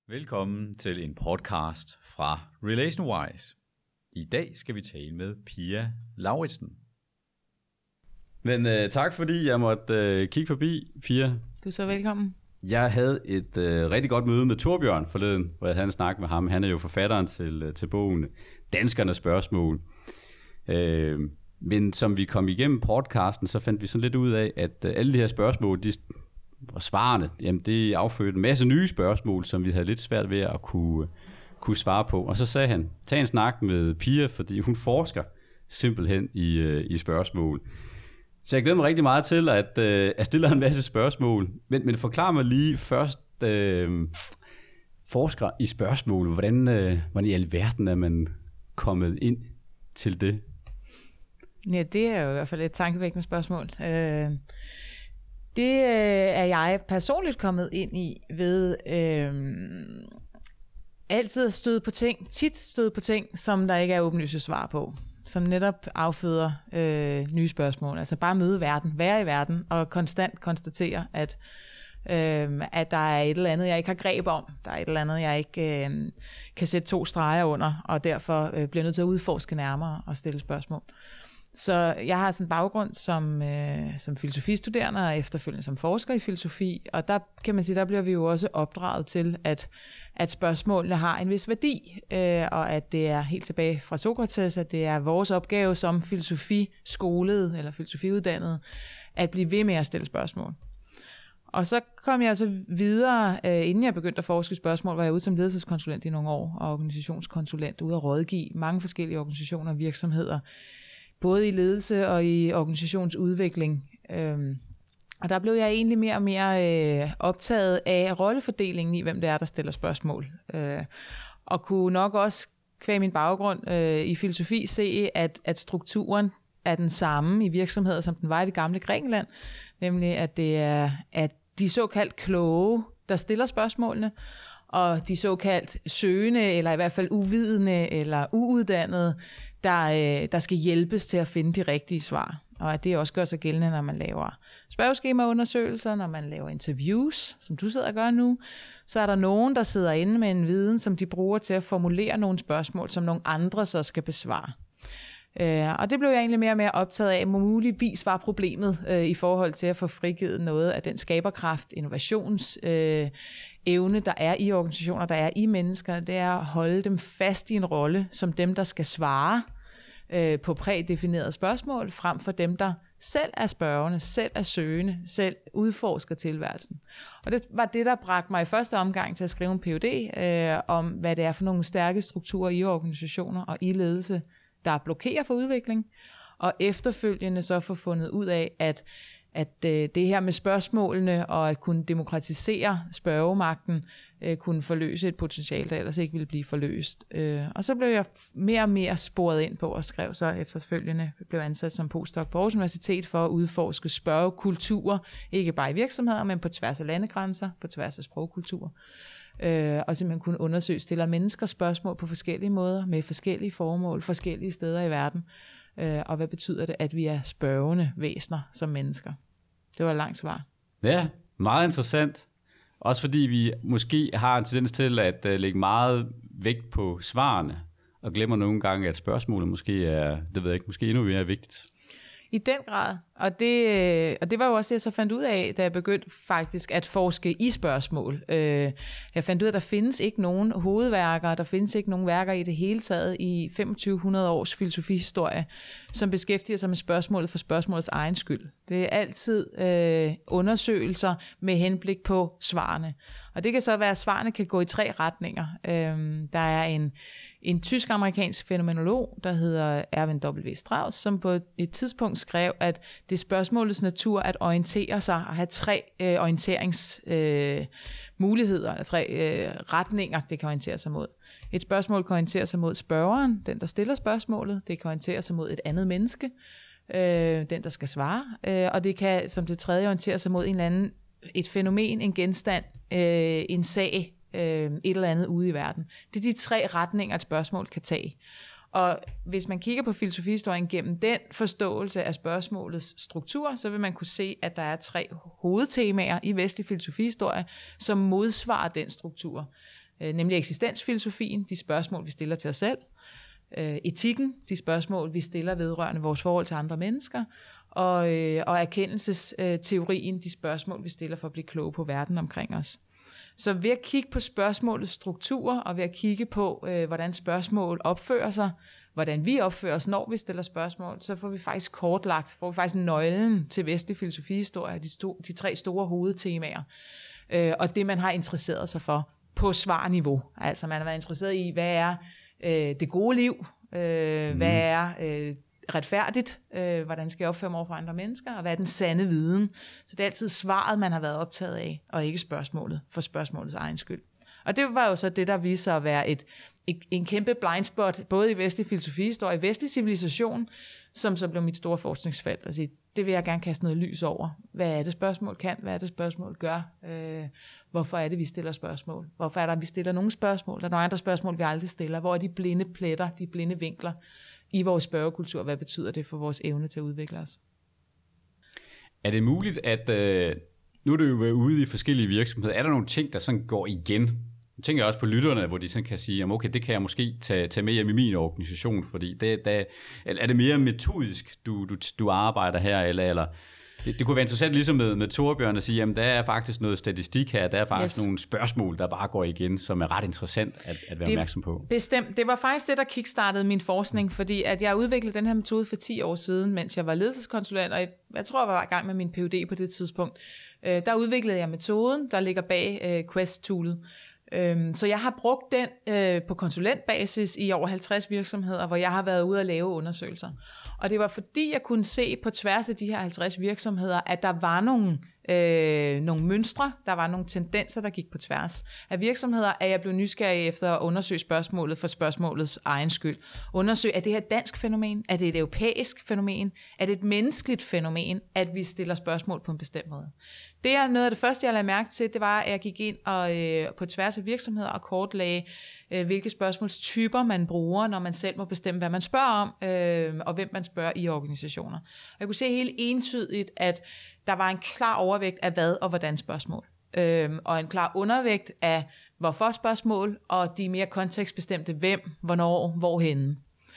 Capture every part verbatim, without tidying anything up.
Velkommen til en podcast fra RelationWise. I dag skal vi tale med Pia Lauritsen. Men uh, tak fordi jeg måtte uh, kigge forbi, Pia. Du er så velkommen. Jeg havde et uh, rigtig godt møde med Torbjørn forleden, hvor jeg havde en snak med ham. Han er jo forfatteren til, uh, til bogen Danskernes Spørgsmål. Uh, men som vi kom igennem podcasten, så fandt vi sådan lidt ud af, at uh, alle de her spørgsmål, de og svarene, jamen det affødte en masse nye spørgsmål, som vi havde lidt svært ved at kunne, kunne svare på. Og så sagde han, tag en snak med Pia, fordi hun forsker simpelthen i, i spørgsmål. Så jeg glæder mig rigtig meget til, at øh, jeg stiller en masse spørgsmål. Men, men forklar mig lige først, øh, forsker i spørgsmål, hvordan, øh, hvordan i alverden er man kommet ind til det? Ja, det er jo i hvert fald et tankevækkende spørgsmål. Øh... Det øh, er jeg personligt kommet ind i ved øh, altid at støde på ting, tit støde på ting, som der ikke er åbenlyse svar på, som netop afføder øh, nye spørgsmål. Altså bare møde verden, være i verden og konstant konstatere, at, øh, at der er et eller andet, jeg ikke har greb om. Der er et eller andet, jeg ikke øh, kan sætte to streger under, og derfor øh, bliver nødt til at udforske nærmere og stille spørgsmål. Så jeg har sådan en baggrund som, øh, som filosofistuderende og efterfølgende som forsker i filosofi, og der kan man sige, der bliver vi jo også opdraget til, at, at spørgsmålene har en vis værdi, øh, og at det er helt tilbage fra Sokrates, at det er vores opgave som filosofiskolede eller filosofiuddannede, at blive ved med at stille spørgsmål. Og så kom jeg altså videre, øh, inden jeg begyndte at forske spørgsmål, var jeg ude som ledelseskonsulent i nogle år, og organisationskonsulent ude at rådgive mange forskellige organisationer og virksomheder, både i ledelse og i organisationsudvikling. Øhm, og der blev jeg egentlig mere og mere øh, optaget af rollefordelingen i, hvem det er, der stiller spørgsmål. Øh, og kunne nok også, kvæg min baggrund øh, i filosofi, se, at, at strukturen er den samme i virksomheder, som den var i det gamle Grækenland. Nemlig, at det er at de såkaldt kloge, der stiller spørgsmålene, og de såkaldt søgende, eller i hvert fald uvidende eller uuddannede, der, der skal hjælpes til at finde de rigtige svar. Og at det også gør sig gældende, når man laver spørgeskemaundersøgelser, når man laver interviews, som du sidder og gør nu, så er der nogen, der sidder inde med en viden, som de bruger til at formulere nogle spørgsmål, som nogle andre så skal besvare. Uh, og det blev jeg egentlig mere og mere optaget af, muligvis var problemet uh, i forhold til at få frigivet noget af den skaberkraft, innovationsevne, uh, der er i organisationer, der er i mennesker. Det er at holde dem fast i en rolle som dem, der skal svare uh, på prædefinerede spørgsmål, frem for dem, der selv er spørgende, selv er søgende, selv udforsker tilværelsen. Og det var det, der bragte mig i første omgang til at skrive en P H D uh, om, hvad det er for nogle stærke strukturer i organisationer og i ledelse, der blokerer for udvikling, og efterfølgende så få fundet ud af, at, at øh, det her med spørgsmålene og at kunne demokratisere spørgemagten, øh, kunne forløse et potentiale, der ellers ikke ville blive forløst. Øh, og så blev jeg mere og mere sporet ind på og skrev så efterfølgende, blev ansat som postdoc på Aarhus Universitet for at udforske spørgekulturer, ikke bare i virksomheder, men på tværs af landegrænser, på tværs af sprogkulturer. Øh, og simpelthen kunne undersøge, stiller mennesker spørgsmål på forskellige måder, med forskellige formål, forskellige steder i verden. Øh, og hvad betyder det, at vi er spørgende væsener som mennesker? Det var et langt svar. Ja, meget interessant. Også fordi vi måske har en tendens til at uh, lægge meget vægt på svarene, og glemmer nogle gange, at spørgsmålet måske er, det ved jeg ikke, måske endnu mere vigtigt. I den grad, og det, og det var jo også det, jeg så fandt ud af, da jeg begyndte faktisk at forske i spørgsmål. Jeg fandt ud af, at der findes ikke nogen hovedværker, der findes ikke nogen værker i det hele taget i femogtyve hundrede års filosofihistorie, som beskæftiger sig med spørgsmålet for spørgsmålets egen skyld. Det er altid øh, undersøgelser med henblik på svarene. Og det kan så være, at svarene kan gå i tre retninger. Øhm, der er en, en tysk-amerikansk fænomenolog, der hedder Erwin W. Strauss, som på et tidspunkt skrev, at det er spørgsmålets natur at orientere sig og have tre øh, orienteringsmuligheder, øh, eller tre øh, retninger, det kan orientere sig mod. Et spørgsmål kan orientere sig mod spørgeren, den der stiller spørgsmålet. Det kan orientere sig mod et andet menneske, øh, den der skal svare. Øh, og det kan som det tredje orientere sig mod en eller anden, et fænomen, en genstand, øh, en sag, øh, et eller andet ude i verden. Det er de tre retninger, et spørgsmål kan tage. Og hvis man kigger på filosofihistorien gennem den forståelse af spørgsmålets struktur, så vil man kunne se, at der er tre hovedtemaer i vestlig filosofihistorie, som modsvarer den struktur. øh, nemlig eksistensfilosofien, de spørgsmål, vi stiller til os selv, øh, etikken, de spørgsmål, vi stiller vedrørende vores forhold til andre mennesker, og, øh, og erkendelsesteorien, de spørgsmål, vi stiller for at blive kloge på verden omkring os. Så ved at kigge på spørgsmålets struktur, og ved at kigge på, øh, hvordan spørgsmål opfører sig, hvordan vi opfører os, når vi stiller spørgsmål, så får vi faktisk kortlagt, får vi faktisk nøglen til vestlig filosofihistorie, de, sto- de tre store hovedtemaer, øh, og det man har interesseret sig for på svarniveau. Altså man har været interesseret i, hvad er øh, det gode liv, øh, mm. hvad er øh, retfærdigt, øh, hvordan skal jeg opføre mig over for andre mennesker, og hvad er den sande viden. Så det er altid svaret, man har været optaget af, og ikke spørgsmålet, for spørgsmålets egen skyld. Og det var jo så det, der viste sig at være et, et, en kæmpe blindspot, både i vestlig filosofihistorie og i vestlig civilisation, som så blev mit store forskningsfelt. Altså, det vil jeg gerne kaste noget lys over. Hvad er det spørgsmål kan? Hvad er det spørgsmål gør? Øh, hvorfor er det, vi stiller spørgsmål? Hvorfor er der, vi stiller nogle spørgsmål? Der er nogle andre spørgsmål, vi aldrig stiller. Hvor er de blinde pletter, de blinde vinkler i vores spørgekultur? Hvad betyder det for vores evne til at udvikle os? Er det muligt, at øh, nu er du jo ude i forskellige virksomheder, er der nogle ting, der sådan går igen? Jeg tænker også på lytterne, hvor de sådan kan sige, jamen okay, det kan jeg måske tage, tage med hjem i min organisation, fordi det, det, er det mere metodisk, du, du, du arbejder her, eller, eller det, det kunne være interessant ligesom med, med Torbjørn at sige, jamen der er faktisk noget statistik her, der er faktisk yes. nogle spørgsmål, der bare går igen, som er ret interessant at, at være det, opmærksom på. Bestemt. Det var faktisk det, der kickstartede min forskning, fordi at jeg udviklede den her metode for ti år siden, mens jeg var ledelseskonsulent, og jeg, jeg tror, jeg var i gang med min P H D på det tidspunkt. Øh, der udviklede jeg metoden, der ligger bag øh, Quest-toolet. Så jeg har brugt den øh, på konsulentbasis i over halvtreds virksomheder, hvor jeg har været ude at lave undersøgelser. Og det var fordi, jeg kunne se på tværs af de her halvtreds virksomheder, at der var nogle, øh, nogle mønstre, der var nogle tendenser, der gik på tværs af virksomheder, at jeg blev nysgerrig efter at undersøge spørgsmålet for spørgsmålets egen skyld. Undersøge, er det her et dansk fænomen? Er det et europæisk fænomen? Er det et menneskeligt fænomen, at vi stiller spørgsmål på en bestemt måde? Det er noget af det første, jeg lagde mærke til, det var, at jeg gik ind og, øh, på tværs af virksomheder og kortlagde, øh, hvilke spørgsmålstyper man bruger, når man selv må bestemme, hvad man spørger om, øh, og hvem man spørger i organisationer. Og jeg kunne se helt entydigt, at der var en klar overvægt af hvad og hvordan spørgsmål, øh, og en klar undervægt af hvorfor spørgsmål, og de mere kontekstbestemte hvem, hvornår, hvorhenne.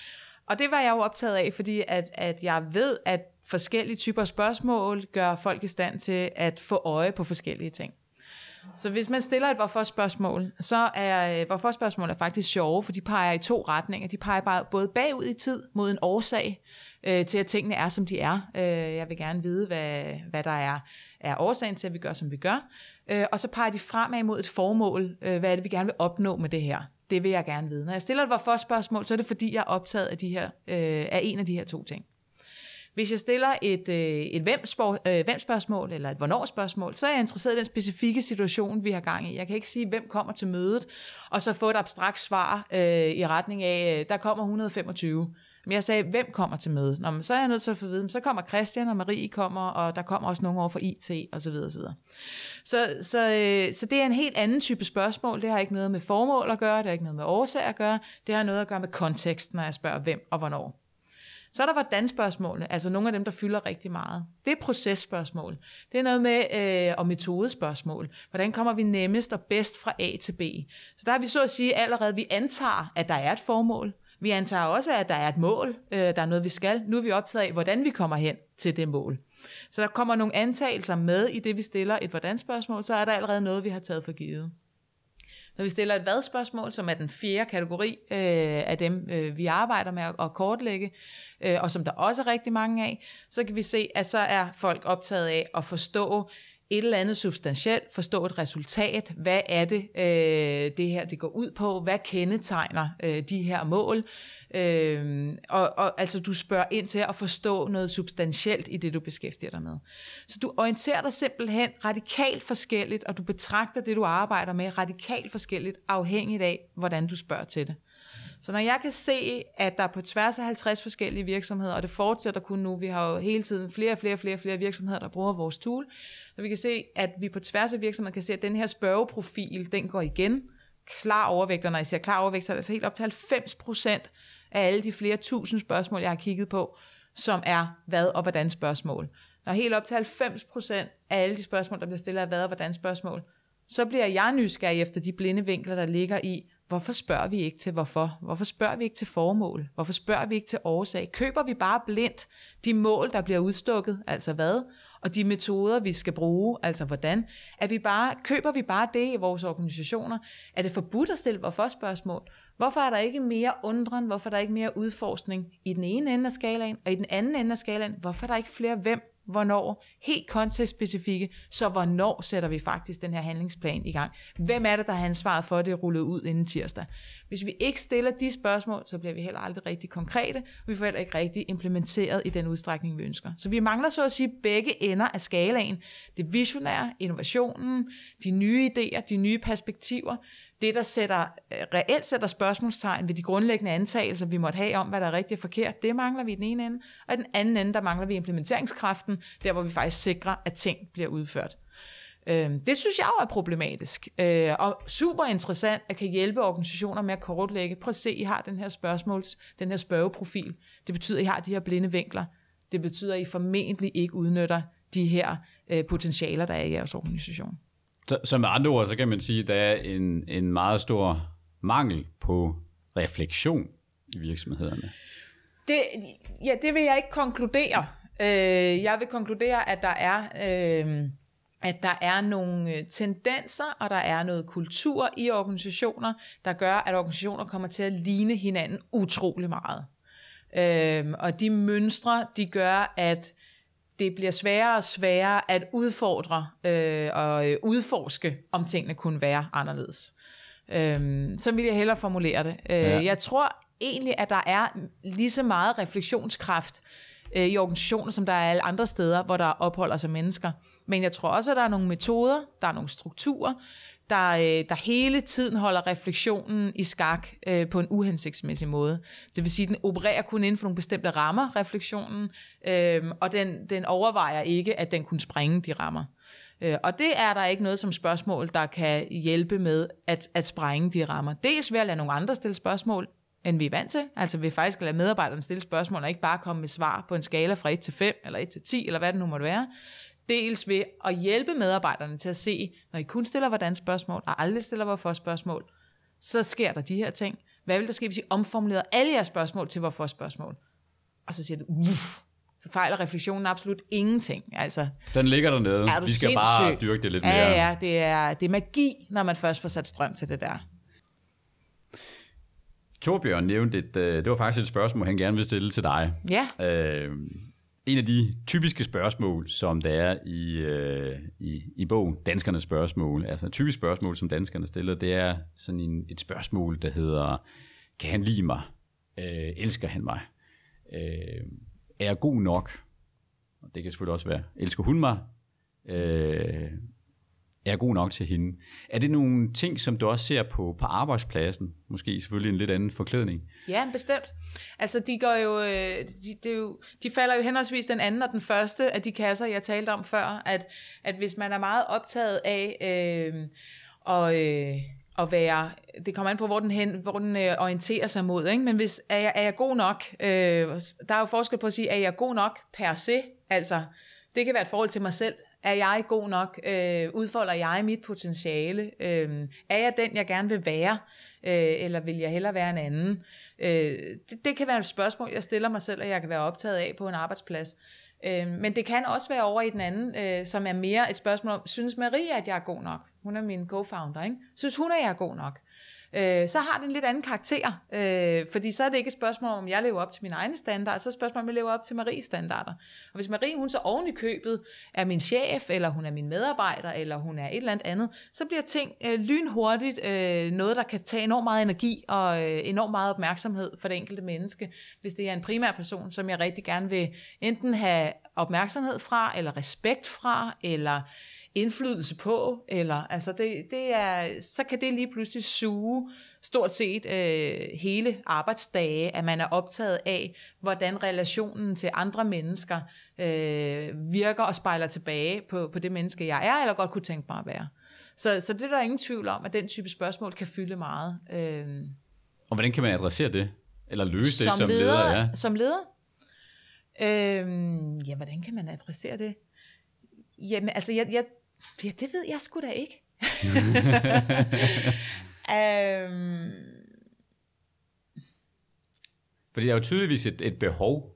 Og det var jeg jo optaget af, fordi at, at jeg ved, at forskellige typer spørgsmål gør folk i stand til at få øje på forskellige ting. Så hvis man stiller et hvorfor-spørgsmål, så er hvorfor-spørgsmål er faktisk sjove, for de peger i to retninger. De peger bare både bagud i tid mod en årsag øh, til, at tingene er, som de er. Øh, jeg vil gerne vide, hvad, hvad der er, er årsagen til, at vi gør, som vi gør. Øh, og så peger de fremad mod et formål. Øh, hvad er det, vi gerne vil opnå med det her? Det vil jeg gerne vide. Når jeg stiller et hvorfor-spørgsmål, så er det fordi, jeg er optaget af, de her, øh, af en af de her to ting. Hvis jeg stiller et, øh, et hvem-spørgsmål øh, eller et hvornår-spørgsmål, så er jeg interesseret i den specifikke situation, vi har gang i. Jeg kan ikke sige, hvem kommer til mødet, og så få et abstrakt svar øh, i retning af, der kommer et hundrede og femogtyve. Men jeg sagde, hvem kommer til mødet? Nå, men så er jeg nødt til at få at vide, så kommer Christian og Marie kommer, og der kommer også nogen over for I T, og så videre, og så videre. Så, så, øh, så det er en helt anden type spørgsmål. Det har ikke noget med formål at gøre, det har ikke noget med årsag at gøre, det har noget at gøre med kontekst, når jeg spørger, hvem og hvornår. Så er der hvordan-spørgsmålene, altså nogle af dem, der fylder rigtig meget. Det er processpørgsmål. Det er noget med øh, og metodespørgsmål. Hvordan kommer vi nemmest og bedst fra A til B? Så der har vi så at sige allerede, vi antager, at der er et formål. Vi antager også, at der er et mål. Øh, der er noget, vi skal. Nu er vi optaget af, hvordan vi kommer hen til det mål. Så der kommer nogle antagelser med i det, vi stiller et hvordan-spørgsmål, så er der allerede noget, vi har taget for givet. Når vi stiller et hvad-spørgsmål, som er den fjerde kategori øh, af dem, øh, vi arbejder med at, at kortlægge, øh, og som der også er rigtig mange af, så kan vi se, at så er folk optaget af at forstå et eller andet substantielt, forstå et resultat. Hvad er det, øh, det her det går ud på? Hvad kendetegner øh, de her mål? Øh, og, og altså du spørger ind til at forstå noget substantielt i det, du beskæftiger dig med. Så du orienterer dig simpelthen radikalt forskelligt, og du betragter det, du arbejder med, radikalt forskelligt, afhængigt af, hvordan du spørger til det. Så når jeg kan se, at der er på tværs af halvtreds forskellige virksomheder, og det fortsætter kun nu, vi har jo hele tiden flere og flere, flere, flere virksomheder, der bruger vores tool, og vi kan se, at vi på tværs af virksomheder kan se, at den her spørgeprofil, den går igen. Klar overvægt, og når jeg siger klar overvægt, så er det altså helt op til halvfems procent af alle de flere tusind spørgsmål, jeg har kigget på, som er hvad og hvordan spørgsmål. Når helt op til halvfems procent af alle de spørgsmål, der bliver stillet af hvad og hvordan spørgsmål, så bliver jeg nysgerrig efter de blinde vinkler, der ligger i, hvorfor spørger vi ikke til hvorfor? Hvorfor spørger vi ikke til formål? Hvorfor spørger vi ikke til årsag? Køber vi bare blindt de mål, der bliver udstukket, altså hvad? Og de metoder, vi skal bruge, altså hvordan? Er vi bare, køber vi bare det i vores organisationer? Er det forbudt at stille hvorfor-spørgsmål? Hvorfor er der ikke mere undren? Hvorfor er der ikke mere udforskning i den ene ende af skalaen, og i den anden ende af skalaen? Hvorfor er der ikke flere hvem? Hvornår, helt kontekstspecifikke, så hvornår sætter vi faktisk den her handlingsplan i gang? Hvem er det, der har ansvaret for, at det er rullet ud inden tirsdag? Hvis vi ikke stiller de spørgsmål, så bliver vi heller aldrig rigtig konkrete, og vi får heller ikke rigtig implementeret i den udstrækning, vi ønsker. Så vi mangler så at sige begge ender af skalaen. Det visionære, innovationen, de nye idéer, de nye perspektiver, det, der sætter, reelt sætter spørgsmålstegn ved de grundlæggende antagelser, vi måtte have om, hvad der er rigtigt og forkert, det mangler vi i den ene ende. Og i den anden ende, der mangler vi implementeringskraften, der hvor vi faktisk sikrer, at ting bliver udført. Det synes jeg jo er problematisk, og super interessant, at kan hjælpe organisationer med at kortlægge. Prøv at se, I har den her spørgsmåls, den her spørgeprofil. Det betyder, at I har de her blinde vinkler. Det betyder, at I formentlig ikke udnytter de her potentialer, der er i jeres organisation. Så, så med andre ord, så kan man sige, at der er en, en meget stor mangel på refleksion i virksomhederne. Det, ja, det vil jeg ikke konkludere. Øh, jeg vil konkludere, at der er, øh, at der er nogle tendenser, og der er noget kultur i organisationer, der gør, at organisationer kommer til at ligne hinanden utrolig meget. Øh, og de mønstre, de gør, at det bliver sværere og sværere at udfordre øh, og udforske, om tingene kunne være anderledes. Øh, så vil jeg hellere formulere det. Øh, ja. Jeg tror egentlig, at der er lige så meget refleksionskraft øh, i organisationer, som der er alle andre steder, hvor der opholder sig mennesker. Men jeg tror også, at der er nogle metoder, der er nogle strukturer, der, øh, der hele tiden holder refleksionen i skak øh, på en uhensigtsmæssig måde. Det vil sige, at den opererer kun inden for nogle bestemte rammer, refleksionen, øh, og den, den overvejer ikke, at den kunne sprænge de rammer. Øh, og det er der ikke noget som spørgsmål, der kan hjælpe med at, at sprænge de rammer. Dels ved at lade nogle andre stille spørgsmål, end vi er vant til. Altså ved faktisk at lade medarbejderne stille spørgsmål, og ikke bare komme med svar på en skala fra et til fem, eller et til ti, eller hvad det nu måtte være. Dels ved at hjælpe medarbejderne til at se, når I kun stiller hvordan spørgsmål, og aldrig stiller hvorfor spørgsmål, så sker der de her ting. Hvad vil der ske, hvis I omformulerede alle jeres spørgsmål til hvorfor spørgsmål? Og så siger du, uff, så fejler refleksionen absolut ingenting. Altså, den ligger dernede. Vi skal sindssyg? Bare dyrke det lidt mere. Ja, ja, det er, det er magi, når man først får sat strøm til det der. Torbjørn nævnte, et, det var faktisk et spørgsmål, han gerne vil stille til dig. Ja. Øh, en af de typiske spørgsmål, som der er i, øh, i, i bogen, Danskernes spørgsmål, altså et typisk spørgsmål, som danskerne stiller, det er sådan en, et spørgsmål, der hedder, kan han lide mig? Øh, elsker han mig? Øh, er jeg god nok? Og det kan selvfølgelig også være, elsker hun mig? Øh, er god nok til hende. Er det nogle ting, som du også ser på, på arbejdspladsen? Måske selvfølgelig en lidt anden forklædning. Ja, bestemt. Altså, de, går jo, de, de, jo, de falder jo henholdsvis den anden og den første af de kasser, jeg talte om før, at, at hvis man er meget optaget af øh, og, øh, at være, det kommer an på, hvor den, hen, hvor den øh, orienterer sig mod, ikke? Men hvis, er jeg, er jeg god nok? Øh, der er jo forskel på at sige, er jeg god nok per se? Altså, det kan være et forhold til mig selv. Er jeg god nok? Øh, udfolder jeg mit potentiale? Øh, er jeg den, jeg gerne vil være? Øh, eller vil jeg hellere være en anden? Øh, det, det kan være et spørgsmål, jeg stiller mig selv, og jeg kan være optaget af på en arbejdsplads. Øh, men det kan også være over i den anden, øh, som er mere et spørgsmål om, synes Marie, at jeg er god nok? Hun er min co-founder, ikke? Synes hun, at jeg er god nok? Øh, så har det en lidt anden karakter, øh, fordi så er det ikke et spørgsmål om, jeg lever op til mine egne standarder, så er det et spørgsmål om, jeg lever op til Maries standarder. Og hvis Marie, hun så oven i købet er min chef, eller hun er min medarbejder, eller hun er et eller andet andet, så bliver ting øh, lynhurtigt øh, noget, der kan tage enormt meget energi og øh, enormt meget opmærksomhed for det enkelte menneske, hvis det er en primær person, som jeg rigtig gerne vil enten have opmærksomhed fra, eller respekt fra, eller indflydelse på, eller altså det, det er, så kan det lige pludselig suge stort set øh, hele arbejdsdage, at man er optaget af, hvordan relationen til andre mennesker øh, virker og spejler tilbage på, på det menneske, jeg er, eller godt kunne tænke mig at være. Så, så det er der ingen tvivl om, at den type spørgsmål kan fylde meget. Øh, og hvordan kan man adressere det? Eller løse det som, som leder? leder? Ja. Som leder? Øh, ja, hvordan kan man adressere det? Jamen, altså, jeg, jeg, ja, det ved jeg sgu da ikke. øhm, Fordi der er jo tydeligvis et, et behov.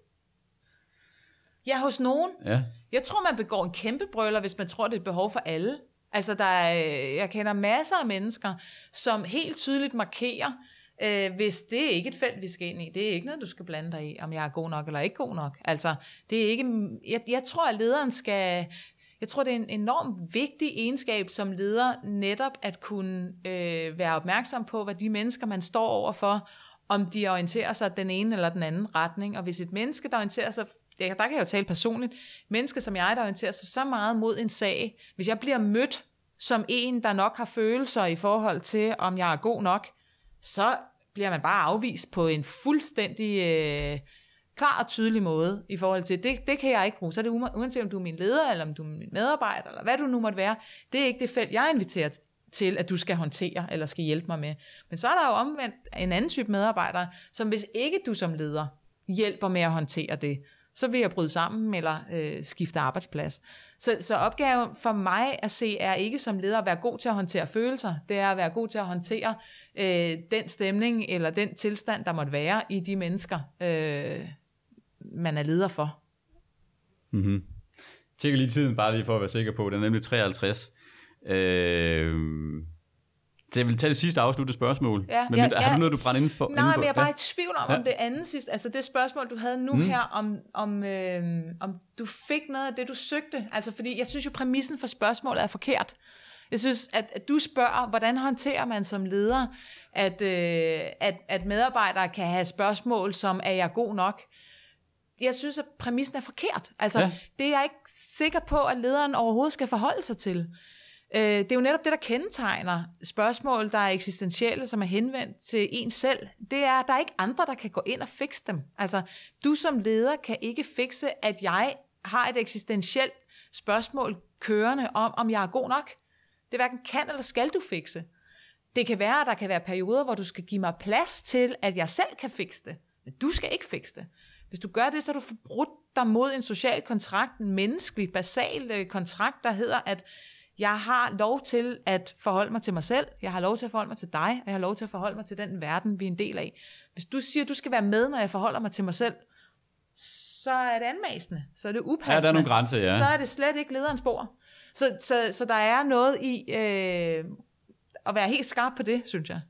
Ja, hos nogen. Ja. Jeg tror, man begår en kæmpe brøler, hvis man tror, det er et behov for alle. Altså, der er, jeg kender masser af mennesker, som helt tydeligt markerer, øh, hvis det er ikke et felt, vi skal ind i. Det er ikke noget, du skal blande dig i, om jeg er god nok eller ikke god nok. Altså, det er ikke, jeg, jeg tror, at lederen skal... Jeg tror, det er en enormt vigtig egenskab som leder, netop at kunne øh, være opmærksom på, hvad de mennesker, man står overfor, om de orienterer sig den ene eller den anden retning. Og hvis et menneske, der orienterer sig, der kan jeg jo tale personligt, mennesker som jeg, der orienterer sig så meget mod en sag, hvis jeg bliver mødt som en, der nok har følelser i forhold til, om jeg er god nok, så bliver man bare afvist på en fuldstændig øh, klar og tydelig måde i forhold til, det, det kan jeg ikke bruge. Så er det uanset om du er min leder, eller om du er min medarbejder, eller hvad du nu måtte være. Det er ikke det felt, jeg inviterer til, at du skal håndtere, eller skal hjælpe mig med. Men så er der jo omvendt en anden type medarbejdere, som hvis ikke du som leder hjælper med at håndtere det, så vil jeg bryde sammen, eller øh, skifte arbejdsplads. Så, så opgaven for mig at se, er ikke som leder at være god til at håndtere følelser, det er at være god til at håndtere øh, den stemning, eller den tilstand, der måtte være i de mennesker, øh, man er leder for. Mm-hmm. Tjekker lige tiden, bare lige for at være sikker på, det er nemlig treoghalvtreds. Øh... Så jeg vil tage det sidste afsluttede spørgsmål. Ja, men ja, har ja. du noget, du brænder inden for? Nej, inden for? men jeg er bare ja. i tvivl om, ja. om det andet sidste, altså det spørgsmål, du havde nu mm. her, om, om, øh, om du fik noget af det, du søgte. Altså fordi jeg synes jo, præmissen for spørgsmålet er forkert. Jeg synes, at, at du spørger, hvordan håndterer man som leder, at, øh, at, at medarbejdere kan have spørgsmål som, er jeg god nok? Jeg synes, at præmissen er forkert. Altså, ja. Det er jeg ikke sikker på, at lederen overhovedet skal forholde sig til. Det er jo netop det, der kendetegner spørgsmål, der er eksistentielle, som er henvendt til en selv. Det er, at der er ikke andre, der kan gå ind og fikse dem. Altså, du som leder kan ikke fikse, at jeg har et eksistentielt spørgsmål kørende om, om jeg er god nok. Det hverken kan eller skal du fikse. Det kan være, at der kan være perioder, hvor du skal give mig plads til, at jeg selv kan fikse det. Men du skal ikke fikse det. Hvis du gør det, så har du forbrudt dig mod en social kontrakt, en menneskelig, basal kontrakt, der hedder, at jeg har lov til at forholde mig til mig selv, jeg har lov til at forholde mig til dig, og jeg har lov til at forholde mig til den verden, vi er en del af. Hvis du siger, at du skal være med, når jeg forholder mig til mig selv, så er det anmasende, så er det upassende. Ja, der er nogle grænser, ja. Så er det slet ikke lederens spor. Så, så, så der er noget i øh, at være helt skarp på det, synes jeg.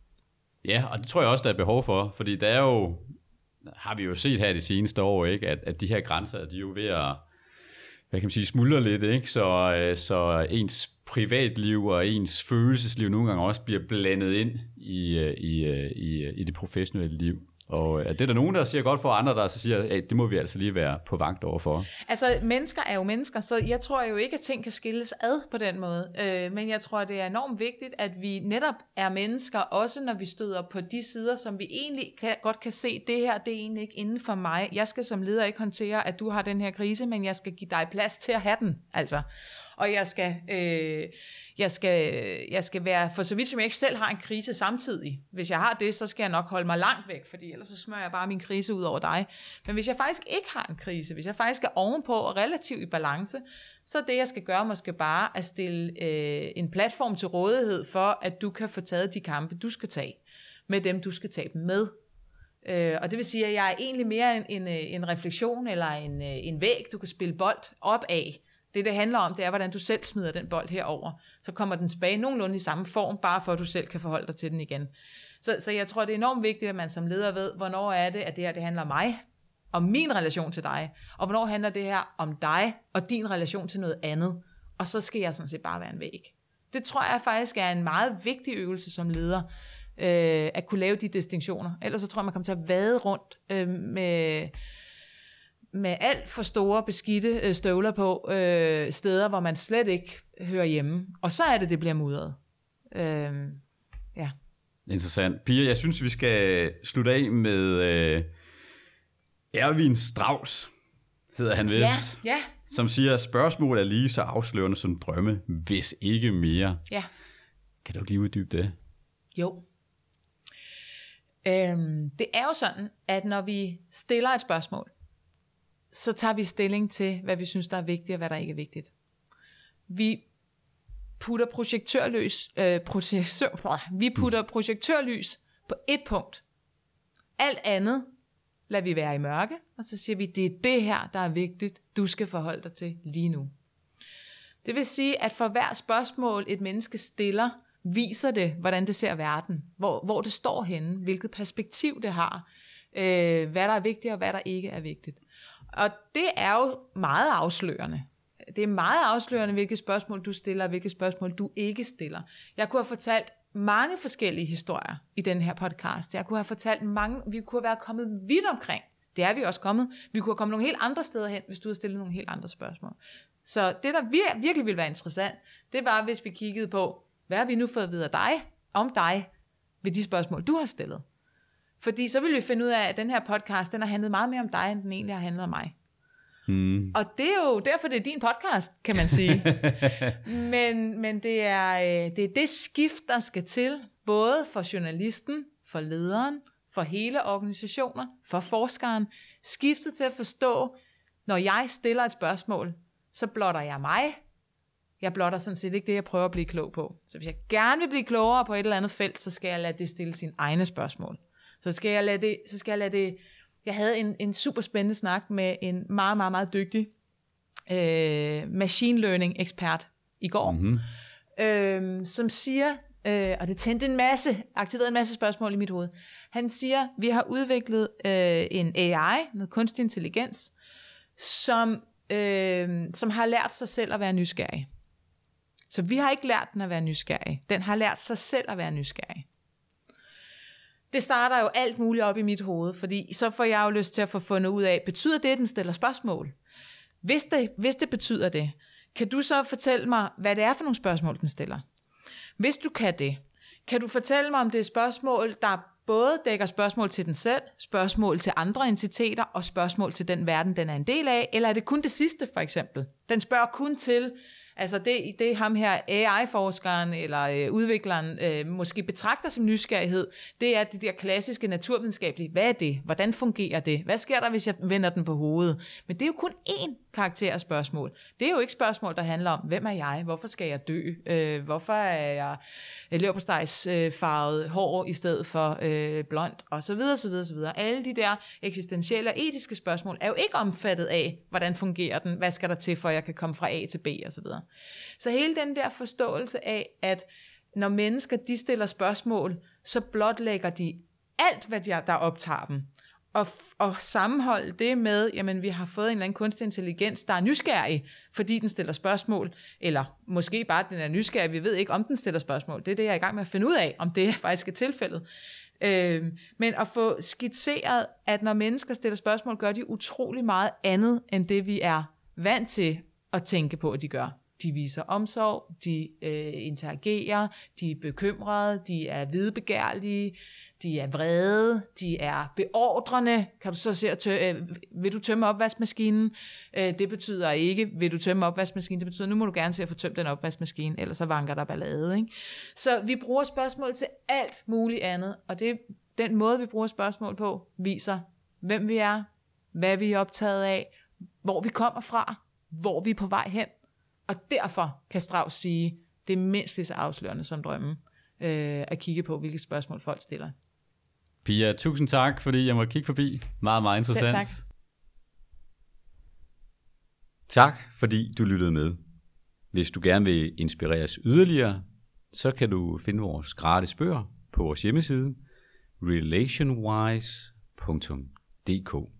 Ja, og det tror jeg også, der er behov for, fordi der er jo, har vi jo set her de seneste år, ikke, at, at de her grænser, de er jo ved at, hvad kan man sige, smuldre lidt, ikke? Så, så ens privatliv og ens følelsesliv nogle gange også bliver blandet ind i, i, i, i det professionelle liv. Og det er der nogen, der siger godt for, andre, der så siger, at det må vi altså lige være på vagt overfor. Altså, mennesker er jo mennesker, så jeg tror jo ikke, at ting kan skilles ad på den måde. Øh, men jeg tror, det er enormt vigtigt, at vi netop er mennesker, også når vi støder på de sider, som vi egentlig kan, godt kan se, det her, det er egentlig ikke inden for mig. Jeg skal som leder ikke håndtere, at du har den her krise, men jeg skal give dig plads til at have den. Altså. Og jeg skal, øh, jeg, skal, jeg skal være, for så vidt som jeg ikke selv har en krise samtidig. Hvis jeg har det, så skal jeg nok holde mig langt væk, fordi ellers så smører jeg bare min krise ud over dig. Men hvis jeg faktisk ikke har en krise, hvis jeg faktisk er ovenpå og relativt i balance, så det jeg skal gøre måske bare at stille øh, en platform til rådighed for, at du kan få taget de kampe, du skal tage, med dem du skal tage dem med. Øh, og det vil sige, at jeg er egentlig mere en, en, en refleksion eller en, en væg, du kan spille bold op af. Det, det handler om, det er, hvordan du selv smider den bold herover. Så kommer den tilbage nogenlunde i samme form, bare for at du selv kan forholde dig til den igen. Så, så jeg tror, det er enormt vigtigt, at man som leder ved, hvornår er det, at det her det handler om mig, om min relation til dig, og hvornår handler det her om dig og din relation til noget andet. Og så skal jeg sådan set bare være en væg. Det tror jeg faktisk er en meget vigtig øvelse som leder, øh, at kunne lave de distinktioner. Ellers så tror jeg, man kommer til at vade rundt øh, med... med alt for store beskidte støvler på øh, steder, hvor man slet ikke hører hjemme. Og så er det, det bliver mudret. Øh, ja. Interessant. Pia, jeg synes, vi skal slutte af med øh, Erwin Strauss, hedder han vist. Ja, ja. Som siger, spørgsmål er lige så afslørende som drømme, hvis ikke mere. Ja. Kan du lige uddybe det? Jo. Øhm, det er jo sådan, at når vi stiller et spørgsmål, så tager vi stilling til, hvad vi synes, der er vigtigt, og hvad der ikke er vigtigt. Vi putter projektørlys, øh, projektør, vi putter projektørlys på et punkt. Alt andet lader vi være i mørke, og så siger vi, det er det her, der er vigtigt, du skal forholde dig til lige nu. Det vil sige, at for hver spørgsmål, et menneske stiller, viser det, hvordan det ser verden, hvor, hvor det står henne, hvilket perspektiv det har, øh, hvad der er vigtigt og hvad der ikke er vigtigt. Og det er jo meget afslørende. Det er meget afslørende, hvilke spørgsmål du stiller, og hvilke spørgsmål du ikke stiller. Jeg kunne have fortalt mange forskellige historier i den her podcast. Jeg kunne have fortalt mange, vi kunne have været kommet vidt omkring. Det er vi også kommet. Vi kunne have kommet nogle helt andre steder hen, hvis du havde stillet nogle helt andre spørgsmål. Så det, der vir- virkelig ville være interessant, det var, hvis vi kiggede på, hvad har vi nu fået at vide af dig, om dig, ved de spørgsmål, du har stillet. Fordi så vil vi finde ud af, at den her podcast, den har handlet meget mere om dig, end den egentlig har handlet om mig. Hmm. Og det er jo derfor, det er din podcast, kan man sige. men men det, er, det er det skift, der skal til, både for journalisten, for lederen, for hele organisationer, for forskeren. Skiftet til at forstå, når jeg stiller et spørgsmål, så blotter jeg mig. Jeg blotter sådan set ikke det, jeg prøver at blive klog på. Så hvis jeg gerne vil blive klogere på et eller andet felt, så skal jeg lade det stille sine egne spørgsmål. Så skal jeg lade det... Så skal jeg, lade det jeg havde en, en super spændende snak med en meget, meget, meget dygtig øh, machine learning ekspert i går, mm-hmm. øh, som siger, øh, og det tændte en masse, aktiverede en masse spørgsmål i mit hoved. Han siger, vi har udviklet øh, en A I, noget kunstig intelligens, som, øh, som har lært sig selv at være nysgerrig. Så vi har ikke lært den at være nysgerrig. Den har lært sig selv at være nysgerrig. Det starter jo alt muligt op i mit hoved, fordi så får jeg jo lyst til at få fundet ud af, betyder det, at den stiller spørgsmål? Hvis det, hvis det betyder det, kan du så fortælle mig, hvad det er for nogle spørgsmål, den stiller? Hvis du kan det, kan du fortælle mig, om det er spørgsmål, der både dækker spørgsmål til den selv, spørgsmål til andre entiteter og spørgsmål til den verden, den er en del af, eller er det kun det sidste, for eksempel? Den spørger kun til... Altså det, det ham her A I-forskeren eller øh, udvikleren øh, måske betragter som nysgerrighed, det er det der klassiske naturvidenskabelige. Hvad er det? Hvordan fungerer det? Hvad sker der, hvis jeg vender den på hovedet? Men det er jo kun én karakter af spørgsmål. Det er jo ikke spørgsmål, der handler om, hvem er jeg? Hvorfor skal jeg dø? Øh, hvorfor er jeg leverpostejsfarvet øh, hår i stedet for øh, blond? Og så videre, så videre, så videre. Alle de der eksistentielle og etiske spørgsmål er jo ikke omfattet af, hvordan fungerer den? Hvad skal der til, for at jeg kan komme fra A til B? Og så videre. Så hele den der forståelse af, at når mennesker de stiller spørgsmål, så blotlægger de alt, hvad der optager dem. Og, og sammenholde det med, jamen vi har fået en eller anden kunstig intelligens, der er nysgerrig, fordi den stiller spørgsmål, eller måske bare, den er nysgerrig, vi ved ikke, om den stiller spørgsmål. Det er det, jeg er i gang med at finde ud af, om det faktisk er tilfældet. Øh, men at få skitseret, at når mennesker stiller spørgsmål, gør de utrolig meget andet, end det vi er vant til at tænke på, at de gør. De viser omsorg, de øh, interagerer, de er bekymrede, de er videbegærlige, de er vrede, de er beordrende. Kan du så se, at tø- øh, vil du tømme opvaskemaskinen? Øh, det betyder ikke, vil du tømme opvaskemaskinen? Det betyder, nu må du gerne se at få tømt den opvaskemaskine, ellers så vanker der ballade. Ikke? Så vi bruger spørgsmål til alt muligt andet, og det den måde, vi bruger spørgsmål på, viser, hvem vi er, hvad vi er optaget af, hvor vi kommer fra, hvor vi er på vej hen. Og derfor kan Strauss sige, det er mindst lige så afslørende som drømmen, øh, at kigge på, hvilke spørgsmål folk stiller. Pia, tusind tak, fordi jeg måtte kigge forbi. Meget, meget interessant. Selv tak. Tak, fordi du lyttede med. Hvis du gerne vil inspireres yderligere, så kan du finde vores gratis bøger på vores hjemmeside relationwise punktum d k.